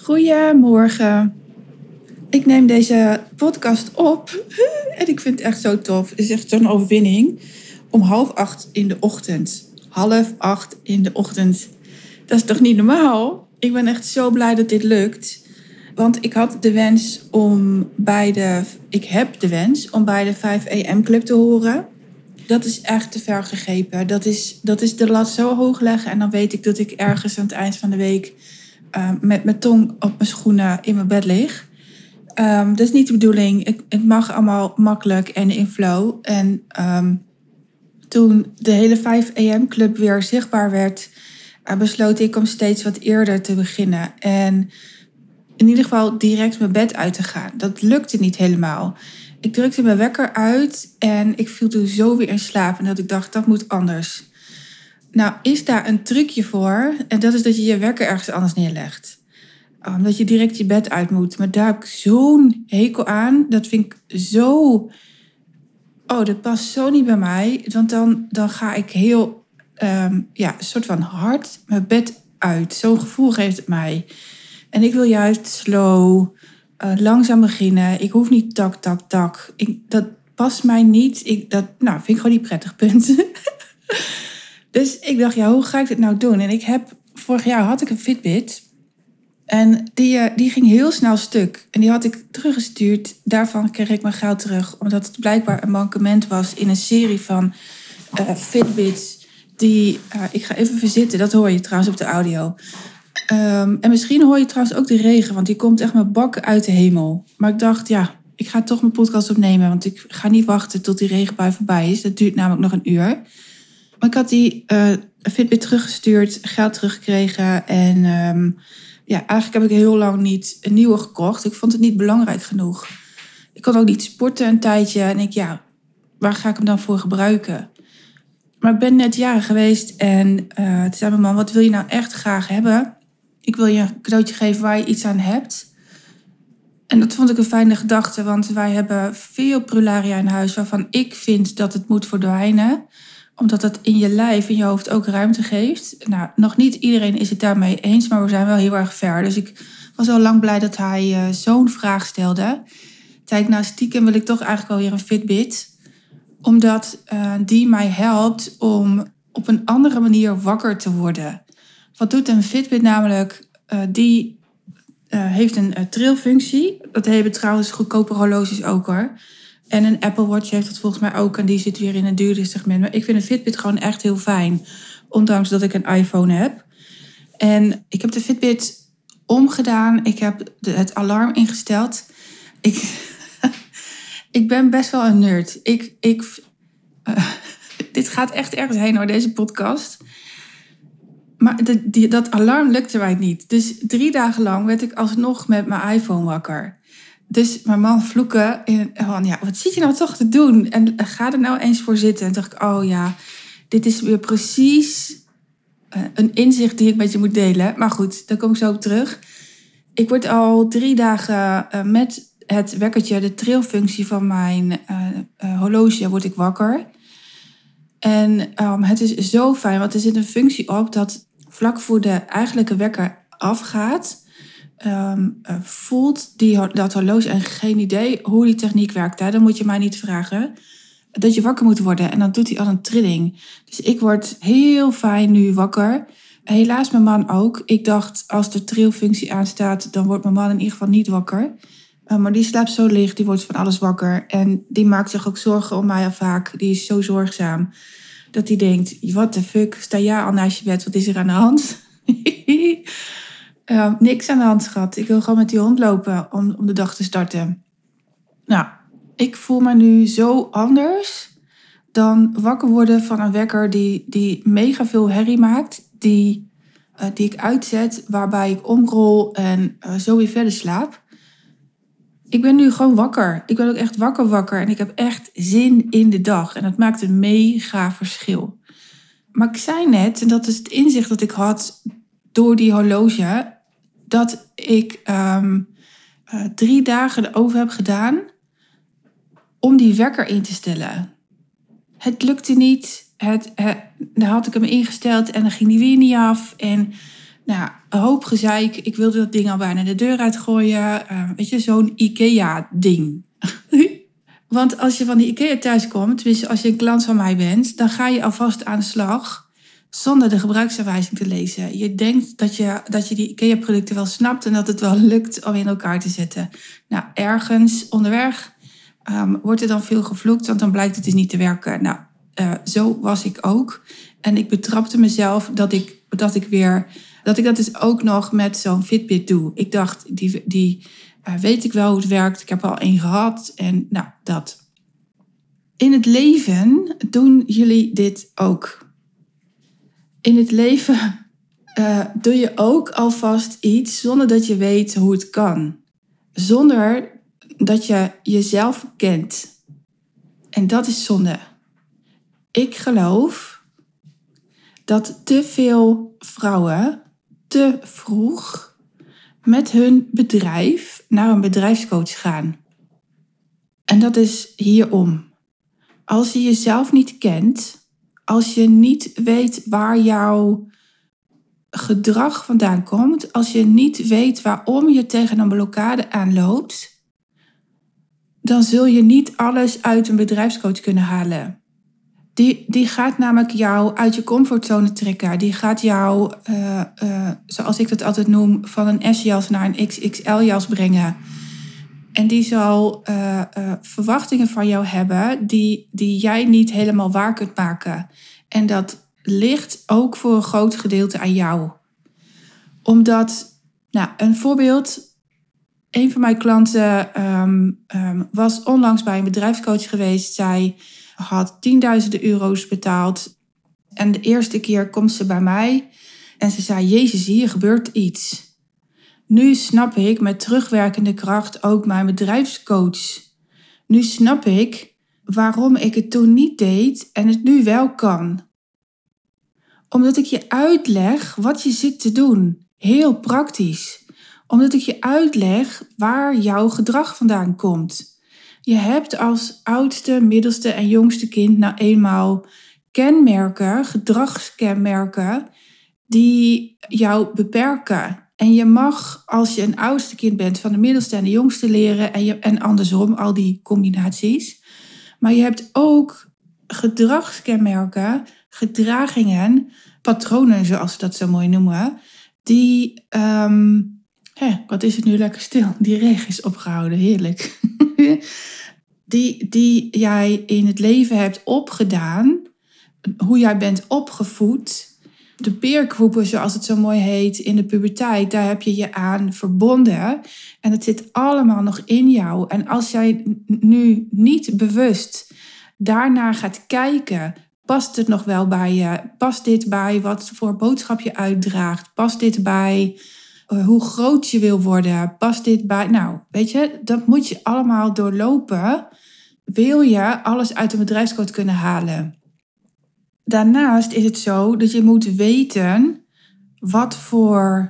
Goedemorgen. Ik neem deze podcast op en ik vind het echt zo tof. Het is echt zo'n overwinning om 7:30 in de ochtend. 7:30 in de ochtend. Dat is toch niet normaal? Ik ben echt zo blij dat dit lukt. Want ik heb de wens om bij de 5 AM Club te horen. Dat is echt te ver gegrepen. Dat is de lat zo hoog leggen. En dan weet ik dat ik ergens aan het eind van de week met mijn tong op mijn schoenen in mijn bed lig. Dat is niet de bedoeling. Het mag allemaal makkelijk en in flow. En toen de hele 5 AM Club weer zichtbaar werd, besloot ik om steeds wat eerder te beginnen. En in ieder geval direct mijn bed uit te gaan. Dat lukte niet helemaal. Ik drukte mijn wekker uit en ik viel toen zo weer in slaap. En dat ik dacht, dat moet anders. Nou, is daar een trucje voor. En dat is dat je je wekker ergens anders neerlegt. Omdat je direct je bed uit moet. Maar daar heb ik zo'n hekel aan. Dat vind ik zo... Oh, dat past zo niet bij mij. Want dan ga ik heel... een soort van hard mijn bed uit. Zo'n gevoel geeft het mij. En ik wil juist slow, langzaam beginnen. Ik hoef niet tak, tak, tak. Dat past mij niet. Dat vind ik gewoon niet prettig, punt. Dus ik dacht, hoe ga ik dit nou doen? En vorig jaar had ik een Fitbit. En die ging heel snel stuk. En die had ik teruggestuurd. Daarvan kreeg ik mijn geld terug. Omdat het blijkbaar een mankement was in een serie van Fitbits. Ik ga even verzitten. Dat hoor je trouwens op de audio. En misschien hoor je trouwens ook de regen. Want die komt echt met bakken uit de hemel. Maar ik dacht, ik ga toch mijn podcast opnemen. Want ik ga niet wachten tot die regenbui voorbij is. Dat duurt namelijk nog een uur. Maar ik had die Fitbit teruggestuurd. Geld teruggekregen. En... eigenlijk heb ik heel lang niet een nieuwe gekocht. Ik vond het niet belangrijk genoeg. Ik kon ook niet sporten een tijdje. En waar ga ik hem dan voor gebruiken? Maar ik ben net jarig geweest. En toen zei mijn man, wat wil je nou echt graag hebben? Ik wil je een cadeautje geven waar je iets aan hebt. En dat vond ik een fijne gedachte. Want wij hebben veel prularia in huis waarvan ik vind dat het moet verdwijnen. Omdat het in je lijf, in je hoofd ook ruimte geeft. Nou, nog niet iedereen is het daarmee eens, maar we zijn wel heel erg ver. Dus ik was al lang blij dat hij zo'n vraag stelde. Toen zei ik, stiekem wil ik toch eigenlijk wel weer een Fitbit. Omdat die mij helpt om op een andere manier wakker te worden. Wat doet een Fitbit namelijk? Die heeft een trilfunctie. Dat hebben trouwens goedkope horloges ook hoor. En een Apple Watch heeft dat volgens mij ook. En die zit weer in een duurder segment. Maar ik vind een Fitbit gewoon echt heel fijn. Ondanks dat ik een iPhone heb. En ik heb de Fitbit omgedaan. Ik heb het alarm ingesteld. Ik ben best wel een nerd. Dit gaat echt ergens heen hoor, deze podcast. Maar dat alarm lukte mij niet. Dus 3 dagen lang werd ik alsnog met mijn iPhone wakker. Dus mijn man vloeken van, wat zit je nou toch te doen? En ga er nou eens voor zitten. En toen dacht ik, dit is weer precies een inzicht die ik met je moet delen. Maar goed, daar kom ik zo op terug. Ik word al 3 dagen met het wekkertje, de trilfunctie van mijn horloge, word ik wakker. En het is zo fijn, want er zit een functie op dat vlak voor de eigenlijke wekker afgaat... voelt dat horloge, en geen idee hoe die techniek werkt. Hè? Dan moet je mij niet vragen. Dat je wakker moet worden. En dan doet hij al een trilling. Dus ik word heel fijn nu wakker. Helaas mijn man ook. Ik dacht, als de trilfunctie aanstaat, dan wordt mijn man in ieder geval niet wakker. Maar die slaapt zo licht, die wordt van alles wakker. En die maakt zich ook zorgen om mij al vaak. Die is zo zorgzaam. Dat hij denkt, what the fuck, sta jij al naast je bed? Wat is er aan de hand? Niks aan de hand, schat. Ik wil gewoon met die hond lopen om de dag te starten. Nou, ik voel me nu zo anders dan wakker worden van een wekker die mega veel herrie maakt. Die ik uitzet, waarbij ik omrol en zo weer verder slaap. Ik ben nu gewoon wakker. Ik ben ook echt wakker. En ik heb echt zin in de dag. En dat maakt een mega verschil. Maar ik zei net, en dat is het inzicht dat ik had door die horloge, dat ik 3 dagen erover heb gedaan om die wekker in te stellen. Het lukte niet. Dan had ik hem ingesteld en dan ging die weer niet af. En Nou, een hoop gezeik. Ik wilde dat ding al bijna de deur uitgooien. Weet je, zo'n IKEA-ding. Want als je van de IKEA thuis komt, tenminste als je een klant van mij bent, dan ga je alvast aan de slag zonder de gebruiksaanwijzing te lezen. Je denkt dat je die IKEA-producten wel snapt en dat het wel lukt om in elkaar te zetten. Nou, ergens onderweg wordt er dan veel gevloekt, want dan blijkt het dus niet te werken. Nou, zo was ik ook. En ik betrapte mezelf dat ik dat dus ook nog met zo'n Fitbit doe. Ik dacht, die weet ik wel hoe het werkt. Ik heb er al één gehad. En nou, dat. In het leven doen jullie dit ook. In het leven doe je ook alvast iets zonder dat je weet hoe het kan. Zonder dat je jezelf kent. En dat is zonde. Ik geloof dat te veel vrouwen te vroeg met hun bedrijf naar een bedrijfscoach gaan. En dat is hierom. Als je jezelf niet kent, als je niet weet waar jouw gedrag vandaan komt, als je niet weet waarom je tegen een blokkade aanloopt, dan zul je niet alles uit een bedrijfscoach kunnen halen. Die gaat namelijk jou uit je comfortzone trekken. Die gaat jou, zoals ik dat altijd noem, van een S-jas naar een XXL-jas brengen. En die zal verwachtingen van jou hebben die jij niet helemaal waar kunt maken. En dat ligt ook voor een groot gedeelte aan jou. Omdat, nou, een voorbeeld. Een van mijn klanten was onlangs bij een bedrijfscoach geweest. Zij had tienduizenden euro's betaald. En de eerste keer komt ze bij mij en ze zei, Jezus, hier gebeurt iets. Nu snap ik met terugwerkende kracht ook mijn bedrijfscoach. Nu snap ik waarom ik het toen niet deed en het nu wel kan. Omdat ik je uitleg wat je zit te doen. Heel praktisch. Omdat ik je uitleg waar jouw gedrag vandaan komt. Je hebt als oudste, middelste en jongste kind nou eenmaal kenmerken, gedragskenmerken, die jou beperken. En je mag, als je een oudste kind bent, van de middelste en de jongste leren en andersom, al die combinaties. Maar je hebt ook gedragskenmerken, gedragingen, patronen zoals ze dat zo mooi noemen, die, wat is het nu lekker stil, die regen is opgehouden, heerlijk. die jij in het leven hebt opgedaan, hoe jij bent opgevoed. De peergroepen, zoals het zo mooi heet, in de puberteit, daar heb je je aan verbonden. En het zit allemaal nog in jou. En als jij nu niet bewust daarnaar gaat kijken, past het nog wel bij je? Past dit bij wat voor boodschap je uitdraagt? Past dit bij hoe groot je wil worden? Past dit bij... Nou, weet je, dat moet je allemaal doorlopen. Wil je alles uit een bedrijfscoach kunnen halen? Daarnaast is het zo dat je moet weten wat voor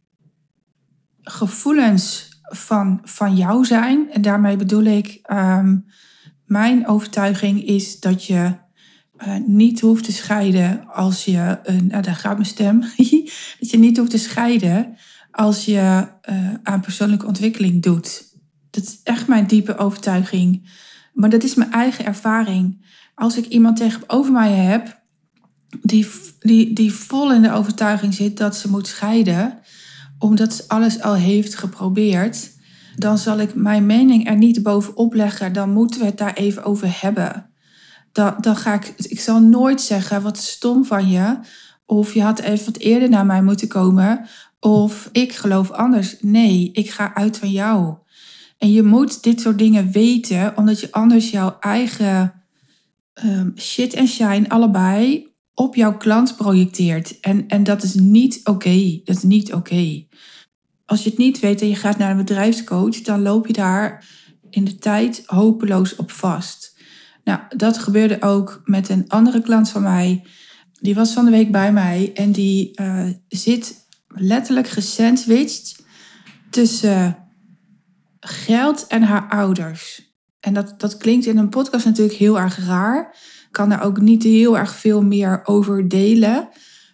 gevoelens van jou zijn. En daarmee bedoel ik, mijn overtuiging is dat je niet hoeft te scheiden als je... daar gaat mijn stem. Dat je niet hoeft te scheiden als je aan persoonlijke ontwikkeling doet. Dat is echt mijn diepe overtuiging. Maar dat is mijn eigen ervaring. Als ik iemand tegenover mij heb die vol in de overtuiging zit dat ze moet scheiden, omdat ze alles al heeft geprobeerd, dan zal ik mijn mening er niet bovenop leggen. Dan moeten we het daar even over hebben. Dan ga ik zal nooit zeggen, wat stom van je, of je had even wat eerder naar mij moeten komen, of ik geloof anders. Nee, ik ga uit van jou. En je moet dit soort dingen weten, omdat je anders jouw eigen shit en shine allebei op jouw klant projecteert. En dat is niet oké. Dat is niet oké. Als je het niet weet en je gaat naar een bedrijfscoach, dan loop je daar in de tijd hopeloos op vast. Nou, dat gebeurde ook met een andere klant van mij. Die was van de week bij mij en die zit letterlijk gesandwiched tussen geld en haar ouders. En dat klinkt in een podcast natuurlijk heel erg raar. Ik kan daar ook niet heel erg veel meer over delen.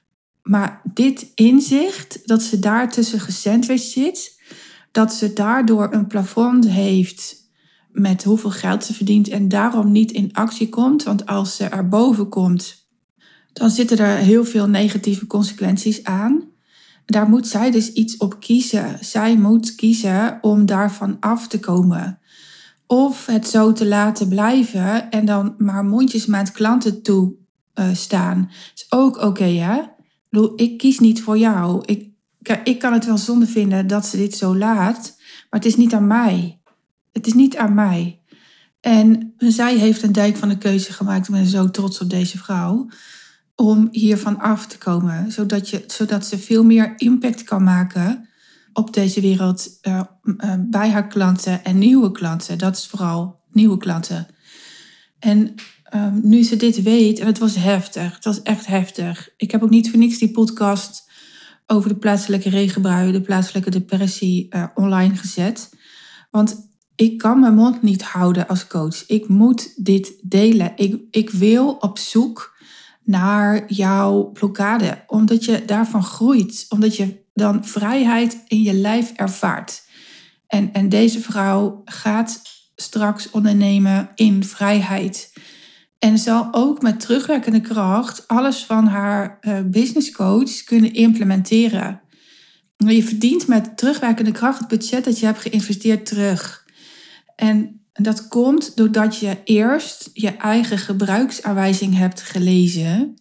Maar dit inzicht, dat ze daartussen gesandwiched zit, dat ze daardoor een plafond heeft met hoeveel geld ze verdient en daarom niet in actie komt. Want als ze erboven komt, dan zitten er heel veel negatieve consequenties aan. Daar moet zij dus iets op kiezen. Zij moet kiezen om daarvan af te komen. Of het zo te laten blijven en dan maar mondjesmaat klanten toe staan. Is ook oké, hè? Ik kies niet voor jou. Ik kan het wel zonde vinden dat ze dit zo laat, maar het is niet aan mij. Het is niet aan mij. En zij heeft een dijk van de keuze gemaakt. Ik ben zo trots op deze vrouw. Om hiervan af te komen. Zodat ze veel meer impact kan maken op deze wereld. Bij haar klanten en nieuwe klanten. Dat is vooral nieuwe klanten. En nu ze dit weet, en het was heftig. Het was echt heftig. Ik heb ook niet voor niks die podcast over de plaatselijke regenbui, de plaatselijke depressie online gezet. Want ik kan mijn mond niet houden als coach. Ik moet dit delen. Ik wil op zoek naar jouw blokkade. Omdat je daarvan groeit. Omdat je dan vrijheid in je lijf ervaart. En deze vrouw gaat straks ondernemen in vrijheid. En zal ook met terugwerkende kracht alles van haar business coach kunnen implementeren. Je verdient met terugwerkende kracht het budget dat je hebt geïnvesteerd terug. En dat komt doordat je eerst je eigen gebruiksaanwijzing hebt gelezen.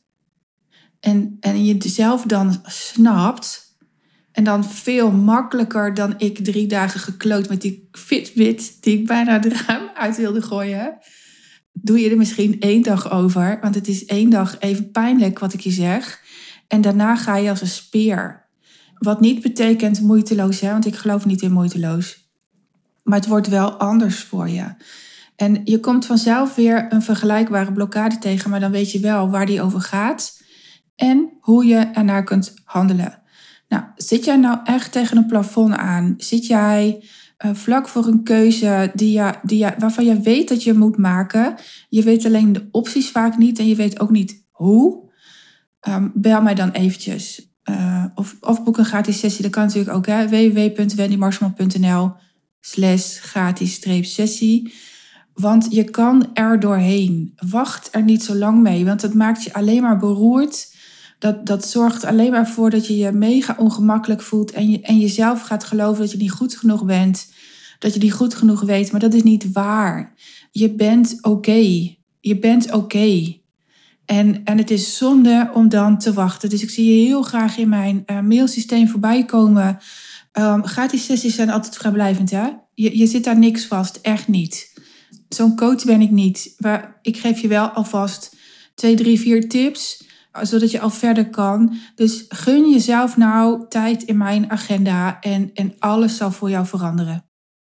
En je zelf dan snapt. En dan veel makkelijker dan ik 3 dagen gekloot met die Fitbit die ik bijna het raam uit wilde gooien. Doe je er misschien 1 dag over. Want het is 1 dag even pijnlijk wat ik je zeg. En daarna ga je als een speer. Wat niet betekent moeiteloos, hè? Want ik geloof niet in moeiteloos. Maar het wordt wel anders voor je. En je komt vanzelf weer een vergelijkbare blokkade tegen. Maar dan weet je wel waar die over gaat. En hoe je ernaar kunt handelen. Nou, zit jij nou echt tegen een plafond aan? Zit jij vlak voor een keuze waarvan je weet dat je moet maken? Je weet alleen de opties vaak niet en je weet ook niet hoe. Bel mij dan eventjes. Of boek een gratis sessie. Dat kan natuurlijk ook. www.wendymarsman.nl/gratis-sessie. Want je kan er doorheen. Wacht er niet zo lang mee. Want het maakt je alleen maar beroerd. Dat zorgt alleen maar voor dat je je mega ongemakkelijk voelt. En jezelf gaat geloven dat je niet goed genoeg bent. Dat je niet goed genoeg weet. Maar dat is niet waar. Je bent oké. Je bent oké. En het is zonde om dan te wachten. Dus ik zie je heel graag in mijn mailsysteem voorbij komen. Gratis sessies zijn altijd vrijblijvend, hè? Je zit daar niks vast. Echt niet. Zo'n coach ben ik niet. Ik geef je wel alvast 2, 3, 4 tips. Zodat je al verder kan. Dus gun jezelf nou tijd in mijn agenda. En alles zal voor jou veranderen.